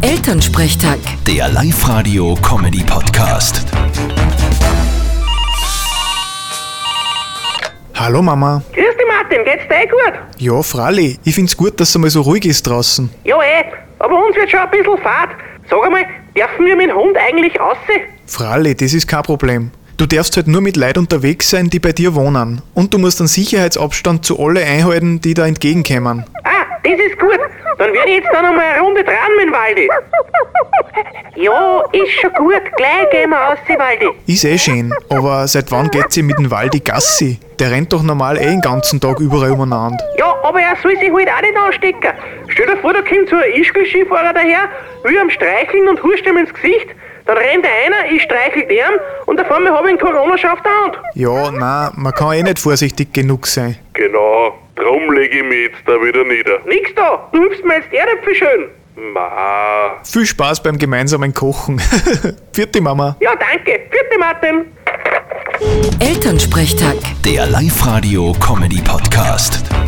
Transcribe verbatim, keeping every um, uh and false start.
Elternsprechtag. Der Live-Radio-Comedy-Podcast. Hallo Mama. Grüß dich Martin, geht's dir eh gut? Ja, Fralli, ich find's gut, dass es einmal so ruhig ist draußen. Ja eh, aber uns wird schon ein bisschen fad. Sag einmal, dürfen wir mit dem Hund eigentlich aussehen? Fralli, das ist kein Problem. Du darfst halt nur mit Leuten unterwegs sein, die bei dir wohnen. Und du musst einen Sicherheitsabstand zu alle einhalten, die da entgegenkommen. Ah, das ist gut. Dann werde ich jetzt dann einmal eine Runde dran mit dem Waldi. Ja, ist schon gut. Gleich gehen wir raus, Waldi. Ist eh schön, aber seit wann geht sie mit dem Waldi Gassi? Der rennt doch normal eh den ganzen Tag überall umeinander. Ja, aber er soll sich halt auch nicht anstecken. Stell dir vor, da kommt so ein Ischgl-Skifahrer daher, will am streicheln und huscht ihm ins Gesicht. Dann rennt einer, ich streichel ihm und auf einmal habe ich einen Corona-Schaft der Hand. Ja, nein, man kann eh nicht vorsichtig genug sein. Genau, drum lege ich mich jetzt da wieder nieder. Nix da, du hüpfst mir jetzt Erdäpfel schön. Ma. Viel Spaß beim gemeinsamen Kochen. Vierte Mama. Ja, danke. Vierte Martin. Elternsprechtag. Der Live-Radio-Comedy-Podcast.